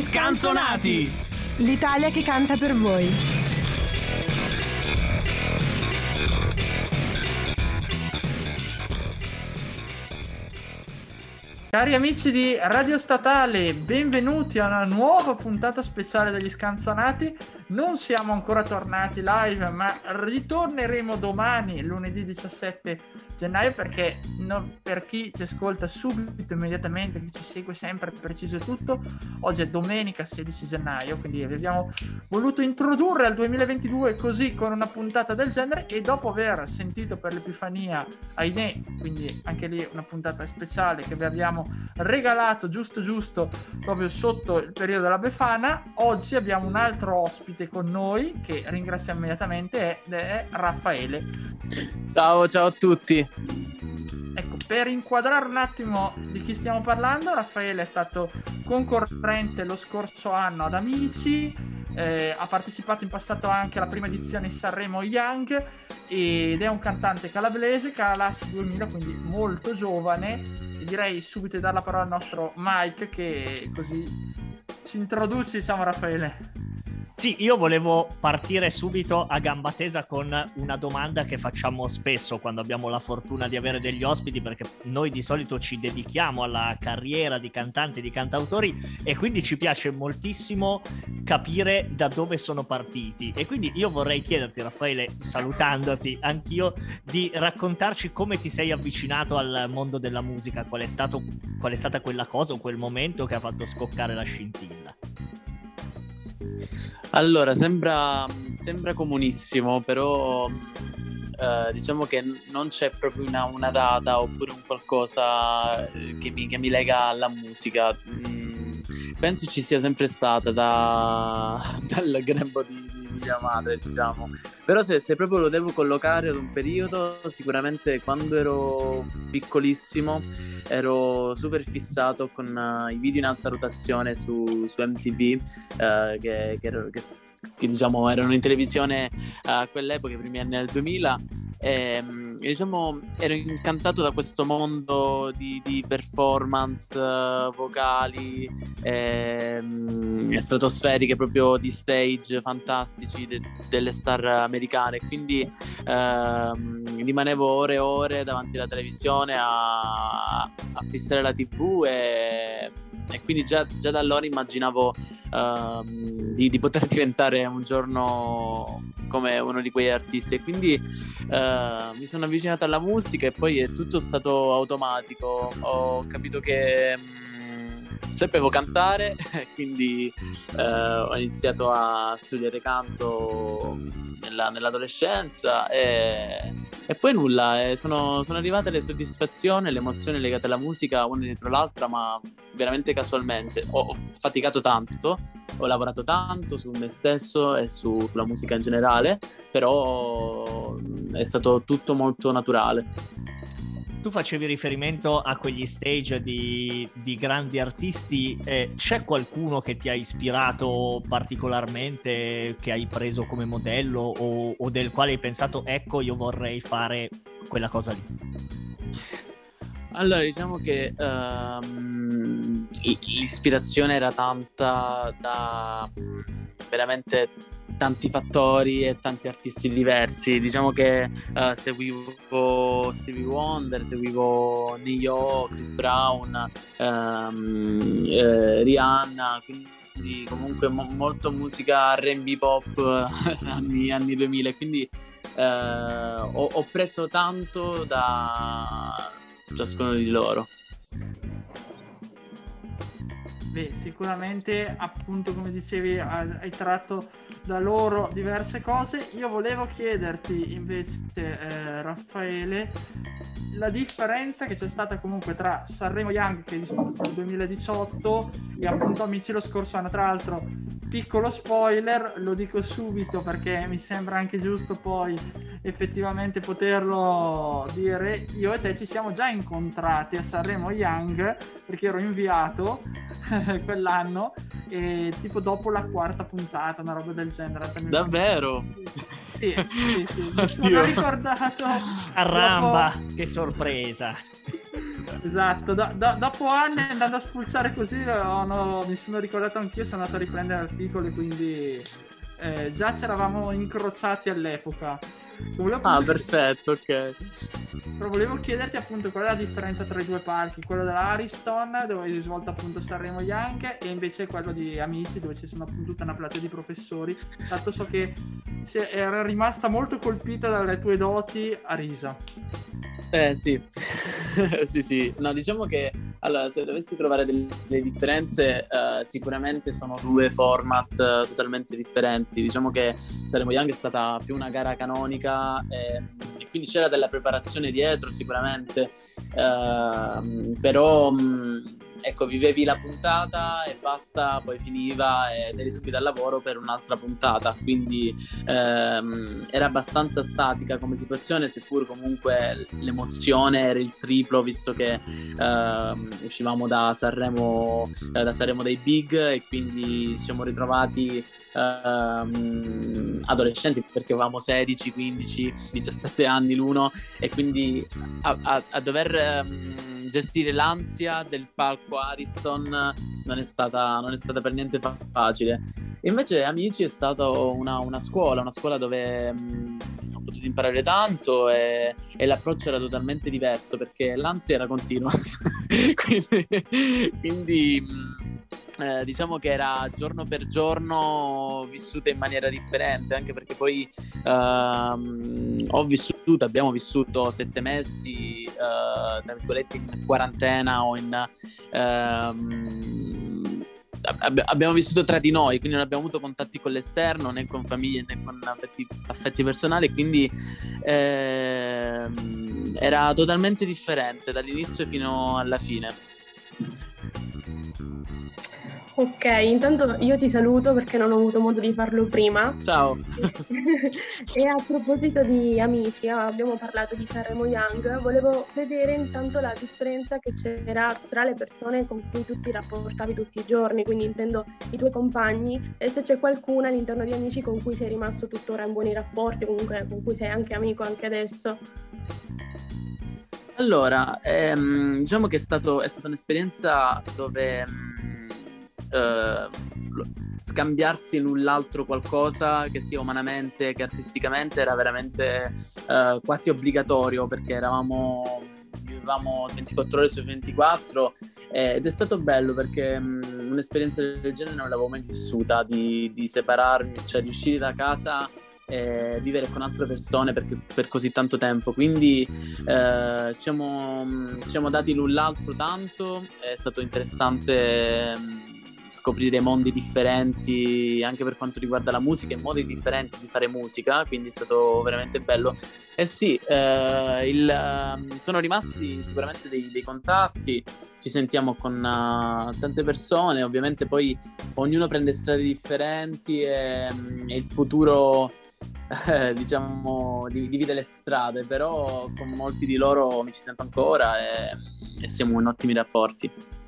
Scanzonati! L'Italia che canta per voi. Cari amici di Radio Statale, benvenuti a una nuova puntata speciale degli Scanzonati. Non siamo ancora tornati live, ma ritorneremo domani, lunedì 17 gennaio, perché per chi ci ascolta subito, immediatamente, chi ci segue sempre preciso e tutto, oggi è domenica 16 gennaio, quindi vi abbiamo voluto introdurre al 2022 così, con una puntata del genere, e dopo aver sentito per l'Epifania Ainè, quindi anche lì una puntata speciale che vi abbiamo regalato giusto proprio sotto il periodo della Befana, oggi abbiamo un altro ospite con noi che ringraziamo immediatamente, è Raffaele. Ciao a tutti. Ecco, per inquadrare un attimo di chi stiamo parlando, Raffaele è stato concorrente lo scorso anno ad Amici, ha partecipato in passato anche alla prima edizione di Sanremo Young ed è un cantante calabrese, classe 2000, quindi molto giovane. E direi subito di dare la parola al nostro Mike, che così ci introduce, diciamo, Raffaele. Sì, io volevo partire subito a gamba tesa con una domanda che facciamo spesso quando abbiamo la fortuna di avere degli ospiti, perché noi di solito ci dedichiamo alla carriera di cantanti e di cantautori e quindi ci piace moltissimo capire da dove sono partiti. E quindi io vorrei chiederti, Raffaele, salutandoti anch'io, di raccontarci come ti sei avvicinato al mondo della musica, qual è stata quella cosa o quel momento che ha fatto scoccare la scintilla. Allora, sembra comunissimo, però diciamo che non c'è proprio una data oppure un qualcosa che mi lega alla musica. Penso ci sia sempre stata dal grembo di mia madre, diciamo. Però se proprio lo devo collocare ad un periodo, sicuramente quando ero piccolissimo ero super fissato con i video in alta rotazione su MTV, che diciamo erano in televisione a quell'epoca, i primi anni del 2000, e diciamo ero incantato da questo mondo di performance vocali stratosferiche, proprio di stage fantastici delle star americane, quindi rimanevo ore e ore davanti alla televisione a fissare la TV e quindi già da allora immaginavo di poter diventare un giorno come uno di quegli artisti, e quindi mi sono avvicinato alla musica e poi è tutto stato automatico. Ho capito che sapevo cantare, quindi ho iniziato a studiare canto nell'adolescenza e poi nulla, sono arrivate le soddisfazioni e le emozioni legate alla musica una dietro l'altra, ma veramente casualmente. Ho faticato tanto, ho lavorato tanto su me stesso e sulla musica in generale, però è stato tutto molto naturale. Tu facevi riferimento a quegli stage di grandi artisti, c'è qualcuno che ti ha ispirato particolarmente, che hai preso come modello o del quale hai pensato, ecco, io vorrei fare quella cosa lì? Allora, diciamo che l'ispirazione era tanta da veramente tanti fattori e tanti artisti diversi. Diciamo che seguivo Stevie Wonder, seguivo Ne-Yo, Chris Brown, Rihanna, quindi comunque molto musica R&B pop anni 2000, quindi ho preso tanto da ciascuno di loro. Beh, sicuramente, appunto, come dicevi, hai tratto da loro diverse cose. Io volevo chiederti invece, Raffaele, la differenza che c'è stata comunque tra Sanremo Young, che è disputato nel 2018, e appunto Amici lo scorso anno. Tra l'altro, piccolo spoiler, lo dico subito perché mi sembra anche giusto poi effettivamente poterlo dire, io e te ci siamo già incontrati a Sanremo Young, perché ero inviato quell'anno, e tipo dopo la quarta puntata, una roba del genere. Davvero? Sì, mi sono ricordato. Caramba, che sorpresa! Esatto, dopo anni andando a spulciare così mi sono ricordato anch'io, sono andato a riprendere articoli, quindi già ci eravamo incrociati all'epoca. Perfetto, ok. Però volevo chiederti appunto qual è la differenza tra i due palchi, quello dell'Ariston dove si è svolto appunto Sanremo Young e invece quello di Amici dove ci sono appunto tutta una platea di professori. Tanto so che era rimasta molto colpita dalle tue doti a risa. Sì. sì. No, diciamo che allora, se dovessi trovare delle differenze, sicuramente sono due format totalmente differenti. Diciamo che Sanremo Young è stata più una gara canonica e quindi c'era della preparazione dietro sicuramente, però ecco, vivevi la puntata e basta, poi finiva ed eri subito al lavoro per un'altra puntata, quindi era abbastanza statica come situazione, seppur comunque l'emozione era il triplo, visto che uscivamo da Sanremo dei Big e quindi ci siamo ritrovati adolescenti, perché avevamo 16, 15, 17 anni l'uno, e quindi a dover gestire l'ansia del palco Ariston non è stata per niente facile. Invece Amici è stata una scuola dove ho potuto imparare tanto e l'approccio era totalmente diverso, perché l'ansia era continua. quindi diciamo che era giorno per giorno vissuta in maniera differente, anche perché poi abbiamo vissuto 7 mesi tra virgolette in quarantena o abbiamo vissuto tra di noi, quindi non abbiamo avuto contatti con l'esterno, né con famiglie né con affetti personali, quindi era totalmente differente dall'inizio fino alla fine. Ok, intanto io ti saluto perché non ho avuto modo di farlo prima. Ciao. E a proposito di Amici, abbiamo parlato di Sanremo Young, volevo vedere intanto la differenza che c'era tra le persone con cui tu ti rapportavi tutti i giorni, quindi intendo i tuoi compagni, e se c'è qualcuno all'interno di Amici con cui sei rimasto tuttora in buoni rapporti, comunque con cui sei anche amico anche adesso. Allora, diciamo che è stata un'esperienza dove scambiarsi l'un l'altro qualcosa, che sia umanamente che artisticamente, era veramente quasi obbligatorio, perché vivevamo 24 ore su 24 ed è stato bello, perché un'esperienza del genere non l'avevo mai vissuta, di separarmi, cioè di uscire da casa e vivere con altre persone per così tanto tempo, quindi ci siamo dati l'un l'altro tanto, è stato interessante scoprire mondi differenti anche per quanto riguarda la musica e modi differenti di fare musica, quindi è stato veramente bello. E sì, sono rimasti sicuramente dei contatti, ci sentiamo con tante persone, ovviamente poi ognuno prende strade differenti e il futuro diciamo divide le strade, però con molti di loro mi ci sento ancora e siamo in ottimi rapporti.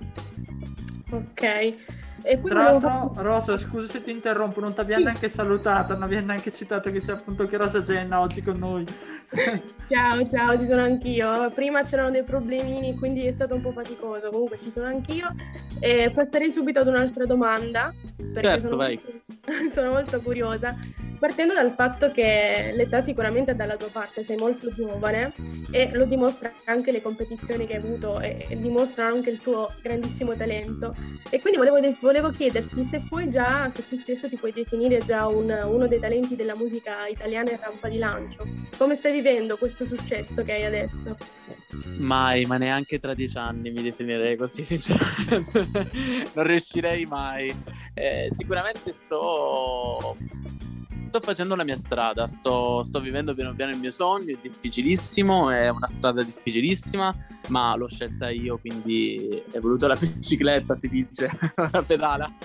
Ok. E tra l'altro, Rosa, scusa se ti interrompo, non ti abbiamo neanche salutata, non abbiamo neanche citato che c'è appunto che Rosa Genna oggi con noi. Ciao, ci sono anch'io. Prima c'erano dei problemini, quindi è stato un po' faticoso. Comunque ci sono anch'io. E passerei subito ad un'altra domanda, perché certo, vai. Sono molto curiosa. Partendo dal fatto che l'età sicuramente è dalla tua parte, sei molto giovane e lo dimostra anche le competizioni che hai avuto e dimostrano anche il tuo grandissimo talento. E quindi volevo chiederti se tu stesso ti puoi definire già uno dei talenti della musica italiana in rampa di lancio. Come stai vivendo questo successo che hai adesso? Mai, ma neanche tra 10 anni mi definirei così, sinceramente. Non riuscirei mai. Sicuramente sto facendo la mia strada, sto vivendo piano piano il mio sogno, è difficilissimo, è una strada difficilissima, ma l'ho scelta io, quindi è voluto la bicicletta, si dice, la pedala.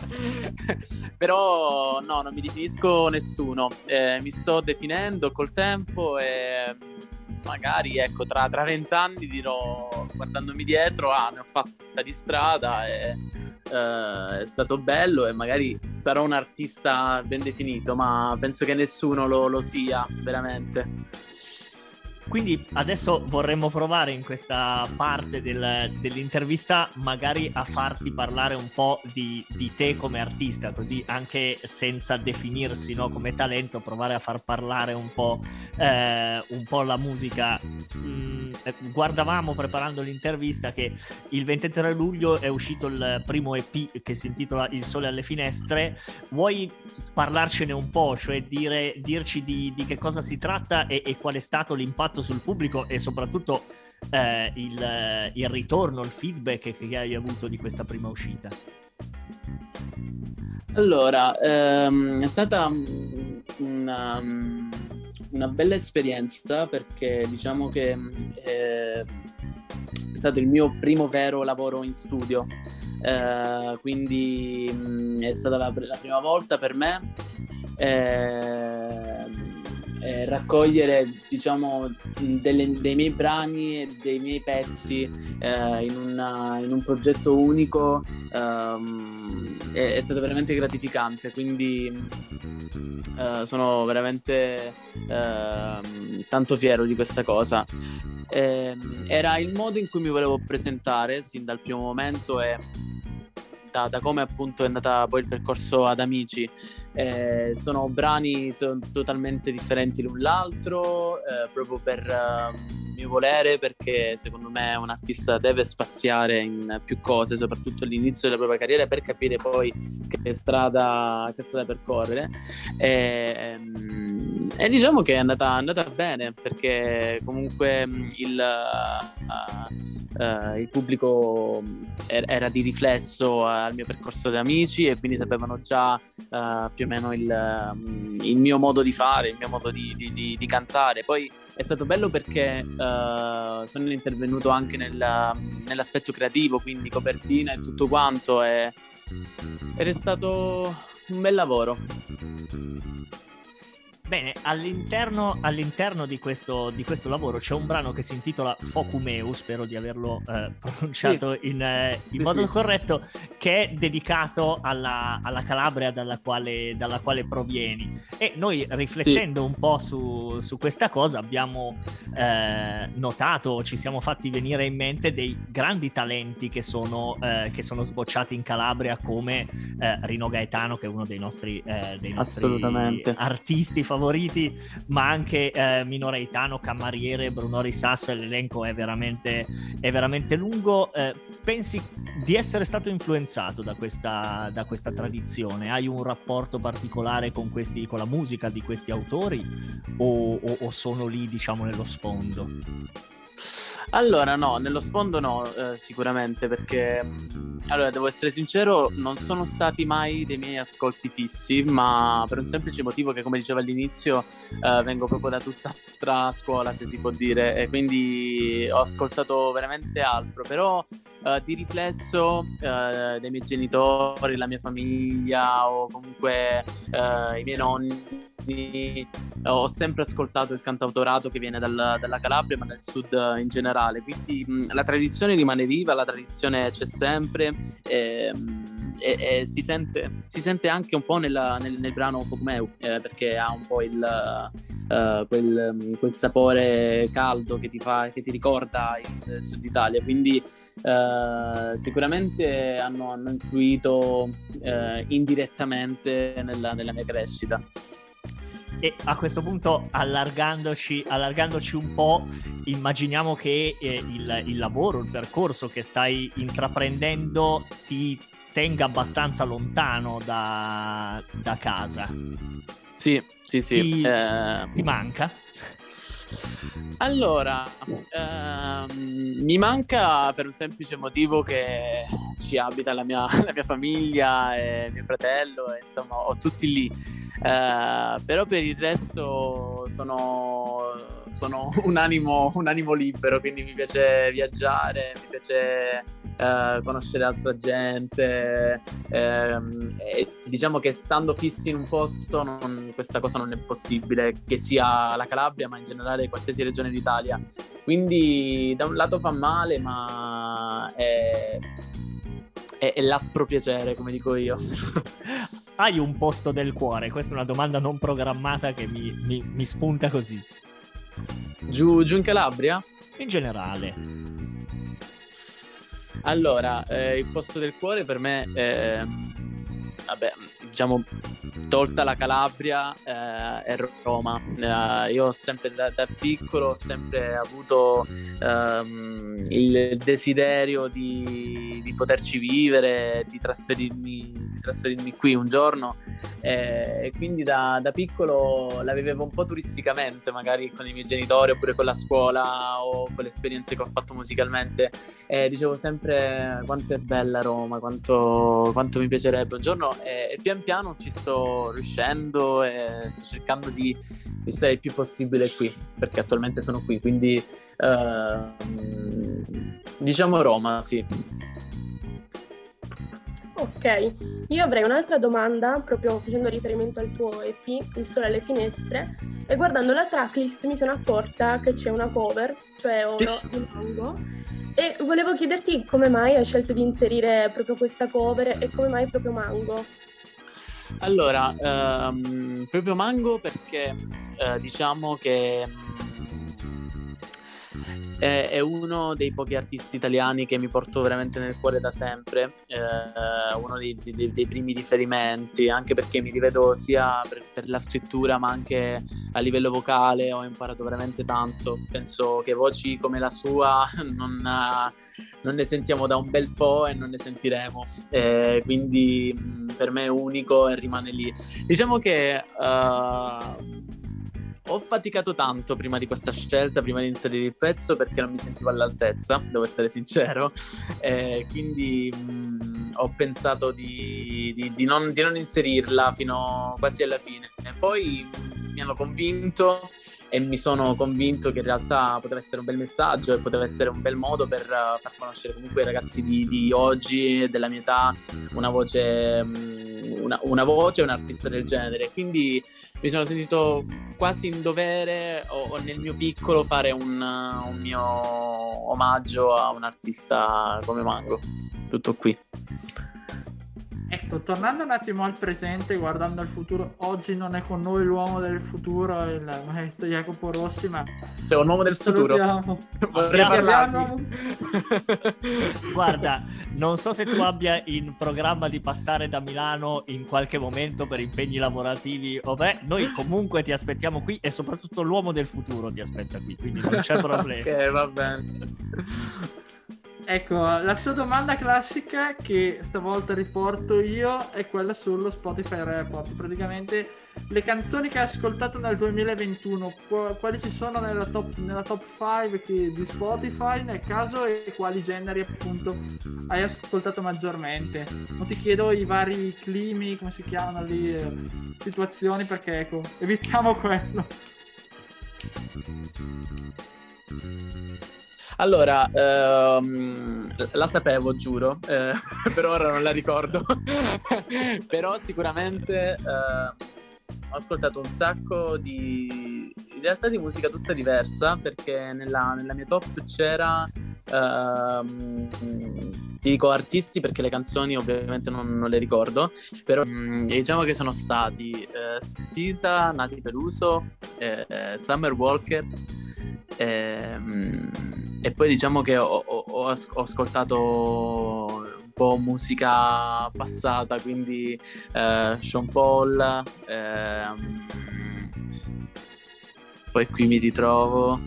Però no, non mi definisco nessuno, mi sto definendo col tempo e magari ecco tra 20 anni dirò, guardandomi dietro, ne ho fatta di strada e è stato bello e magari sarò un artista ben definito, ma penso che nessuno lo sia veramente. Quindi adesso vorremmo provare in questa parte dell'intervista magari a farti parlare un po' di te come artista, così anche senza definirsi, no, come talento, provare a far parlare un po' la musica. Guardavamo preparando l'intervista che il 23 luglio è uscito il primo EP che si intitola Il sole alle finestre. Vuoi parlarcene un po', cioè dirci di che cosa si tratta e qual è stato l'impatto sul pubblico e soprattutto il ritorno, il feedback che hai avuto di questa prima uscita? Allora, è stata una bella esperienza, perché diciamo che è stato il mio primo vero lavoro in studio, quindi è stata la prima volta per me raccogliere, diciamo, dei miei brani e dei miei pezzi in un progetto unico. È stato veramente gratificante, quindi sono veramente tanto fiero di questa cosa. Era il modo in cui mi volevo presentare sin dal primo momento, e da come appunto è andata poi il percorso ad Amici. Sono brani totalmente differenti l'un l'altro, proprio per mio volere, perché secondo me un artista deve spaziare in più cose, soprattutto all'inizio della propria carriera, per capire poi che strada percorrere. E diciamo che è andata bene, perché comunque il pubblico era di riflesso al mio percorso di Amici, e quindi sapevano già più o meno il mio modo di fare, il mio modo di cantare. Poi è stato bello perché sono intervenuto anche nell'aspetto creativo, quindi copertina e tutto quanto, ed è stato un bel lavoro. Bene, all'interno di questo lavoro c'è un brano che si intitola Focumeu, spero di averlo pronunciato in modo corretto, che è dedicato alla Calabria dalla quale provieni. E noi, riflettendo un po' su questa cosa, abbiamo notato, ci siamo fatti venire in mente dei grandi talenti che sono sbocciati in Calabria, come Rino Gaetano, che è uno dei nostri artisti favoriti, ma anche Mino Reitano, Camariere, Bruno Risas. L'elenco è veramente lungo. Pensi di essere stato influenzato da questa tradizione? Hai un rapporto particolare con la musica di questi autori, o sono lì, diciamo, nello sfondo? Allora, no, nello sfondo no, sicuramente, perché allora, devo essere sincero, non sono stati mai dei miei ascolti fissi, ma per un semplice motivo che, come dicevo all'inizio, vengo proprio da tutt'altra scuola, se si può dire, e quindi ho ascoltato veramente altro. Però di riflesso dei miei genitori, la mia famiglia, o comunque i miei nonni, ho sempre ascoltato il cantautorato che viene dalla Calabria, ma nel sud in generale. Quindi la tradizione rimane viva, la tradizione c'è sempre, e si sente anche un po' nel brano Focumeu, perché ha un po' quel sapore caldo che ti ricorda il Sud Italia. Quindi sicuramente hanno influito indirettamente nella mia crescita. E a questo punto, allargandoci un po', immaginiamo che il lavoro, il percorso che stai intraprendendo ti tenga abbastanza lontano da casa. Sì. Ti manca? Allora, mi manca per un semplice motivo, che ci abita la mia famiglia e mio fratello, e insomma ho tutti lì. Però per il resto sono un animo libero, quindi mi piace viaggiare, mi piace conoscere altra gente, e diciamo che stando fissi in un posto questa cosa non è possibile, che sia la Calabria, ma in generale qualsiasi regione d'Italia. Quindi da un lato fa male, ma è l'aspro piacere, come dico io. Hai un posto del cuore? Questa è una domanda non programmata che mi spunta così. Giù in Calabria? In generale. Allora, il posto del cuore per me, vabbè, diciamo, tolta la Calabria, è Roma. Io ho sempre da piccolo ho sempre avuto il desiderio di poterci vivere, di trasferirmi qui un giorno, e quindi da piccolo la vivevo un po' turisticamente, magari con i miei genitori oppure con la scuola o con le esperienze che ho fatto musicalmente, e dicevo sempre quanto è bella Roma, quanto mi piacerebbe un giorno, e pian piano ci sto riuscendo e sto cercando di stare il più possibile qui, perché attualmente sono qui, quindi diciamo Roma, sì. Ok, io avrei un'altra domanda, proprio facendo riferimento al tuo EP, Il sole alle finestre, e guardando la tracklist mi sono accorta che c'è una cover, cioè Oro di Mango, e volevo chiederti come mai hai scelto di inserire proprio questa cover e come mai proprio Mango? Allora, proprio Mango perché diciamo che è uno dei pochi artisti italiani che mi porto veramente nel cuore da sempre, uno dei primi riferimenti, anche perché mi rivedo sia per la scrittura ma anche a livello vocale. Ho imparato veramente tanto, penso che voci come la sua non ne sentiamo da un bel po' e non ne sentiremo, quindi per me è unico e rimane lì. Diciamo che ho faticato tanto prima di questa scelta, prima di inserire il pezzo, perché non mi sentivo all'altezza, devo essere sincero, quindi ho pensato di non inserirla fino quasi alla fine. E poi mi hanno convinto e mi sono convinto che in realtà poteva essere un bel messaggio e poteva essere un bel modo per far conoscere comunque i ragazzi di oggi, della mia età, una voce, un artista del genere. Quindi mi sono sentito quasi in dovere o nel mio piccolo fare un mio omaggio a un artista come Mango. Tutto qui. Ecco, tornando un attimo al presente, guardando al futuro, oggi non è con noi l'uomo del futuro, il maestro Jacopo Rossi, ma c'è un uomo del futuro. Vorrei parlarvi. Guarda, non so se tu abbia in programma di passare da Milano in qualche momento per impegni lavorativi o beh, noi comunque ti aspettiamo qui e soprattutto l'uomo del futuro ti aspetta qui, quindi non c'è problema. Ok, va bene. Ecco, la sua domanda classica che stavolta riporto io è quella sullo Spotify Report. Praticamente le canzoni che hai ascoltato nel 2021, quali ci sono nella top 5 di Spotify nel caso, e quali generi appunto hai ascoltato maggiormente. Non ti chiedo i vari climi, come si chiamano lì, situazioni, perché ecco, evitiamo quello. Allora, la sapevo, giuro, per ora non la ricordo, però sicuramente ho ascoltato un sacco in realtà di musica tutta diversa, perché nella mia top c'era, ti dico artisti perché le canzoni ovviamente non le ricordo, però diciamo che sono stati Spisa, Nati Peluso, Summer Walker, e poi diciamo che ho ascoltato un po' musica passata, quindi Sean Paul, poi qui mi ritrovo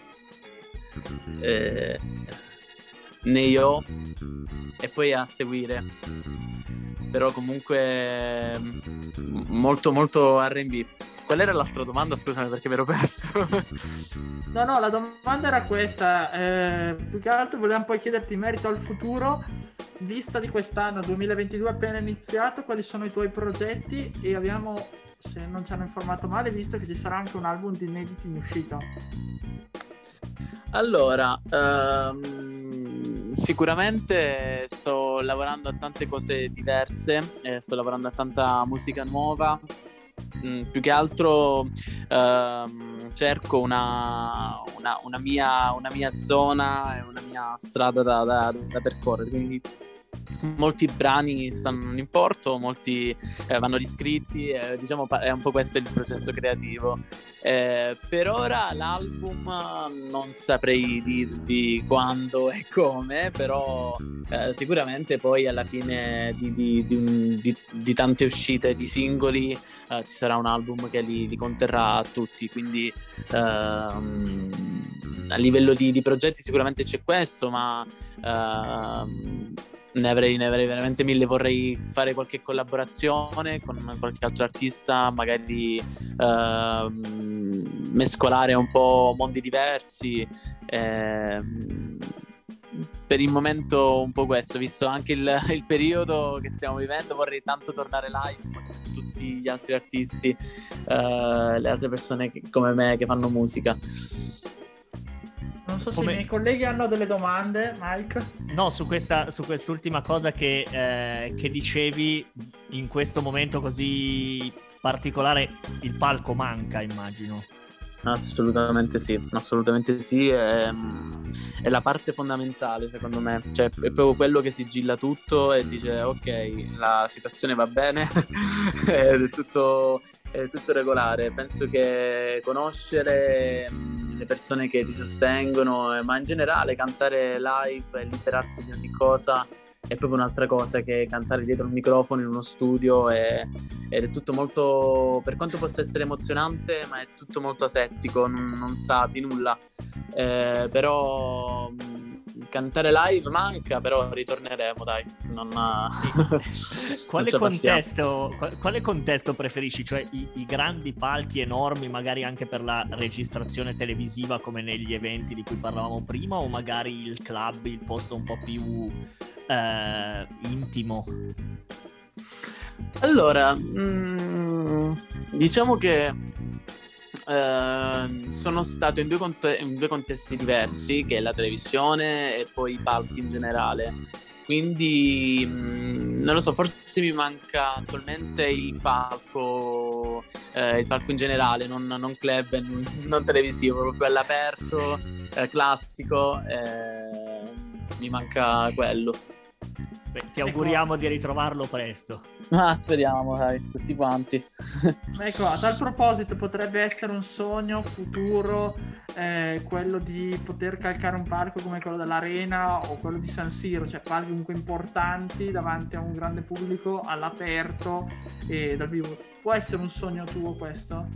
Neo, e poi a seguire, però comunque molto molto R&B. Qual era l'altra domanda? Scusami, perché mi ero perso. No, la domanda era questa. Più che altro volevamo poi chiederti in merito al futuro, vista di quest'anno 2022 appena iniziato, quali sono i tuoi progetti, e abbiamo, se non ci hanno informato male, visto che ci sarà anche un album di inediti in uscita. Allora, sicuramente sto lavorando a tante cose diverse, sto lavorando a tanta musica nuova. Più che altro cerco una mia zona e una mia strada da percorrere, quindi molti brani stanno in porto, molti vanno riscritti, diciamo è un po' questo il processo creativo. Per ora l'album non saprei dirvi quando e come, però sicuramente poi alla fine di tante uscite di singoli ci sarà un album che li conterrà tutti, quindi a livello di progetti sicuramente c'è questo, ma ne avrei veramente mille. Vorrei fare qualche collaborazione con qualche altro artista, magari mescolare un po' mondi diversi. Per il momento un po' questo, visto anche il periodo che stiamo vivendo, vorrei tanto tornare live con tutti gli altri artisti, le altre persone come me che fanno musica. Non so se i miei colleghi hanno delle domande, Mike. No, su quest'ultima cosa che dicevi, in questo momento così particolare il palco manca, immagino. Assolutamente sì, è la parte fondamentale secondo me, cioè è proprio quello che sigilla tutto e dice ok, la situazione va bene, è tutto regolare. Penso che conoscere le persone che ti sostengono, ma in generale cantare live e liberarsi di ogni cosa è proprio un'altra cosa che cantare dietro il microfono in uno studio, ed è tutto molto, per quanto possa essere emozionante, ma è tutto molto asettico, non sa di nulla, però cantare live manca, però ritorneremo, dai. Quale contesto preferisci? Cioè i grandi palchi enormi, magari anche per la registrazione televisiva come negli eventi di cui parlavamo prima, o magari il club, il posto un po' più intimo? Allora, diciamo che sono stato in due contesti diversi, che è la televisione e poi i palchi in generale, quindi non lo so, forse mi manca attualmente il palco in generale, non club, non televisivo, proprio all'aperto, classico, mi manca quello. Ti auguriamo di ritrovarlo presto. Speriamo, dai, tutti quanti. Ecco, a tal proposito potrebbe essere un sogno futuro quello di poter calcare un palco come quello dell'Arena o quello di San Siro, cioè palchi comunque importanti davanti a un grande pubblico all'aperto e dal vivo. Può essere un sogno tuo questo?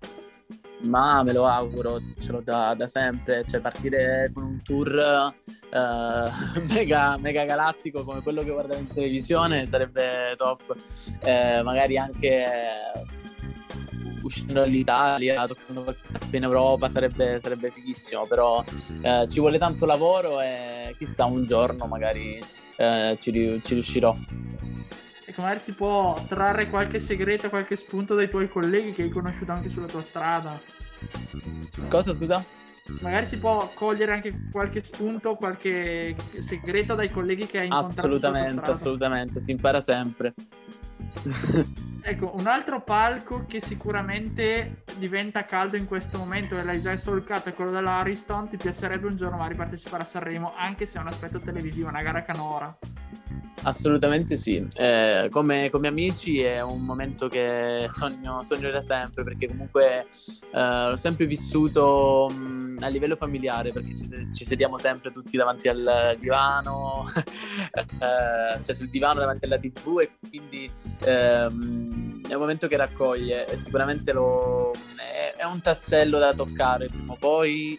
Ma me lo auguro, ce l'ho da sempre, cioè partire con un tour mega galattico come quello che guardavo in televisione sarebbe top, magari anche uscendo dall'Italia, toccando qualche tappa in Europa, sarebbe fighissimo, però ci vuole tanto lavoro e chissà, un giorno magari ci riuscirò. Ecco, magari si può trarre qualche segreto, qualche spunto dai tuoi colleghi che hai conosciuto anche sulla tua strada. Cosa, scusa? Magari si può cogliere anche qualche spunto, qualche segreto dai colleghi che hai incontrato sulla tua strada. Assolutamente, si impara sempre. Ecco, un altro palco che sicuramente diventa caldo in questo momento e l'hai già solcato è quello dell'Ariston. Ti piacerebbe un giorno magari partecipare a Sanremo, anche se è un aspetto televisivo, una gara canora? Assolutamente sì, come amici è un momento che sogno da sempre, perché comunque l'ho sempre vissuto a livello familiare, perché ci sediamo sempre tutti davanti al divano, cioè sul divano davanti alla TV, e quindi è un momento che raccoglie, e sicuramente è un tassello da toccare prima o poi,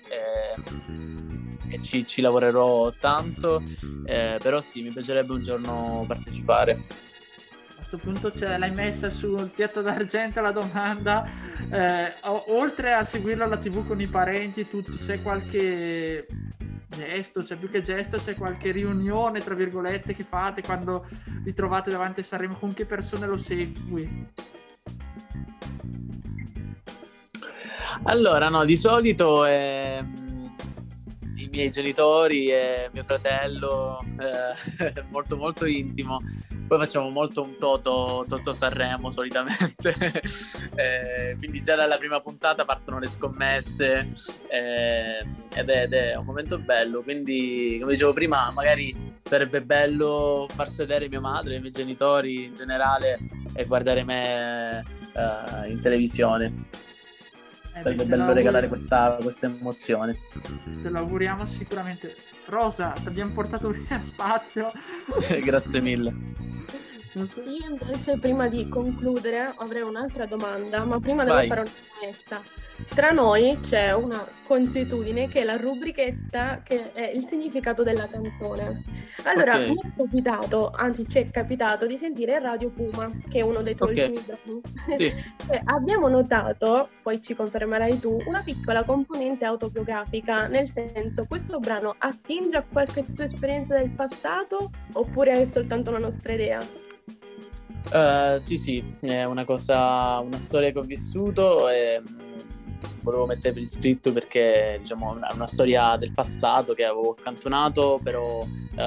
e ci lavorerò tanto, però sì, mi piacerebbe un giorno partecipare. A questo punto l'hai messa sul piatto d'argento la domanda, oltre a seguirlo alla TV con i parenti tutti, c'è qualche gesto, c'è più che gesto, c'è qualche riunione tra virgolette che fate quando vi trovate davanti a Sanremo? Con che persone lo segui? Allora, no, di solito i miei genitori e mio fratello, molto molto intimo. Poi facciamo molto un Toto Sanremo solitamente, quindi già dalla prima puntata partono le scommesse, ed è un momento bello. Quindi, come dicevo prima, magari sarebbe bello far sedere mia madre e i miei genitori in generale e guardare me in televisione. Sarebbe bello regalare questa emozione. Te lo auguriamo sicuramente. Rosa, ti abbiamo portato via spazio. Grazie mille. Io invece, prima di concludere, avrei un'altra domanda, ma prima devo fare una domanda. Tra noi c'è una consuetudine che è la rubrichetta che è il significato della canzone. Allora, mi è capitato, anzi ci è capitato di sentire Radio Puma, che è uno dei tuoi ultimi brani. Sì. Abbiamo notato, poi ci confermerai tu, una piccola componente autobiografica, nel senso, questo brano attinge a qualche tua esperienza del passato oppure è soltanto una nostra idea? Sì, è una storia che ho vissuto e volevo mettere per iscritto perché, diciamo, è una storia del passato che avevo accantonato, però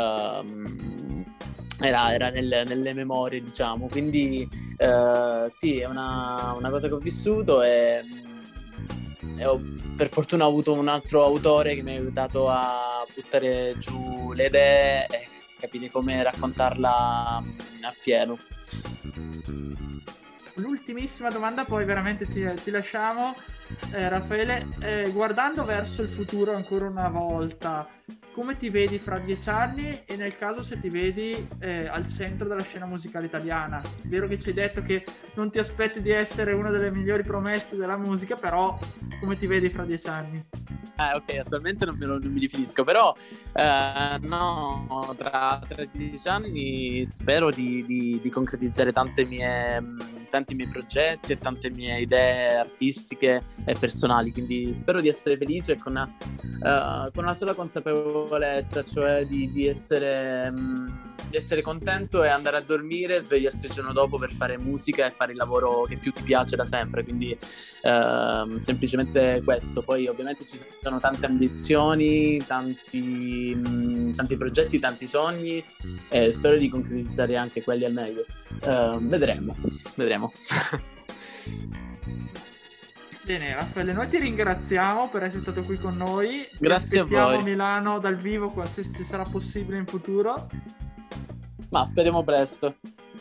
era nelle memorie, diciamo. Quindi sì, è una cosa che ho vissuto e per fortuna ho avuto un altro autore che mi ha aiutato a buttare giù le idee e capire come raccontarla appieno. L'ultimissima domanda, poi veramente ti lasciamo, Raffaele. Guardando verso il futuro ancora una volta, come ti vedi fra 10 anni e nel caso se ti vedi al centro della scena musicale italiana? Vero che ci hai detto che non ti aspetti di essere una delle migliori promesse della musica, però come ti vedi fra 10 anni? Ok, attualmente non mi definisco, però no, tra 10 anni spero di concretizzare tanti miei progetti e tante mie idee artistiche e personali, quindi spero di essere felice con una sola consapevolezza, cioè di essere contento e andare a dormire, svegliarsi il giorno dopo per fare musica e fare il lavoro che più ti piace da sempre, quindi semplicemente questo. Poi ovviamente ci sono tante ambizioni, tanti progetti, tanti sogni e spero di concretizzare anche quelli al meglio. Vedremo. Bene, Raffaele, noi ti ringraziamo per essere stato qui con noi. Grazie a voi. Aspettiamo a Milano dal vivo qualsiasi ci sarà possibile in futuro. Ma speriamo presto.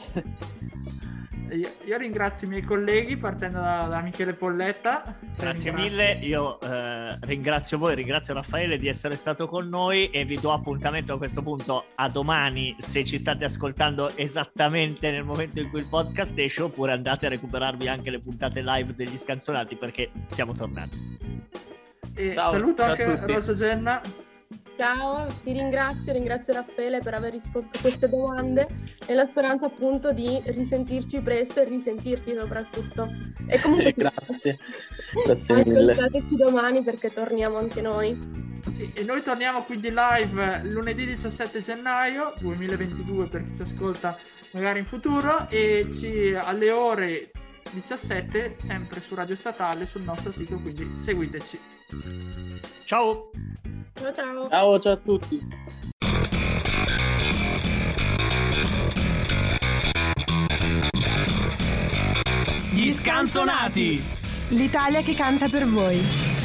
Io ringrazio i miei colleghi, partendo da Michele Polletta. Grazie mille, io ringrazio voi, ringrazio Raffaele di essere stato con noi e vi do appuntamento a questo punto a domani, se ci state ascoltando esattamente nel momento in cui il podcast esce, oppure andate a recuperarvi anche le puntate live degli Scanzonati, perché siamo tornati. E saluto anche Rosa Genna. Ciao, ti ringrazio Raffaele per aver risposto a queste domande e la speranza appunto di risentirci presto e risentirti soprattutto. E comunque grazie mille. Ascoltateci domani perché torniamo anche noi. Sì, e noi torniamo quindi live lunedì 17 gennaio 2022 per chi ci ascolta magari in futuro, e alle ore 17 sempre su Radio Statale, sul nostro sito, quindi seguiteci. Ciao Ciao a tutti. Gli Scanzonati, l'Italia che canta per voi.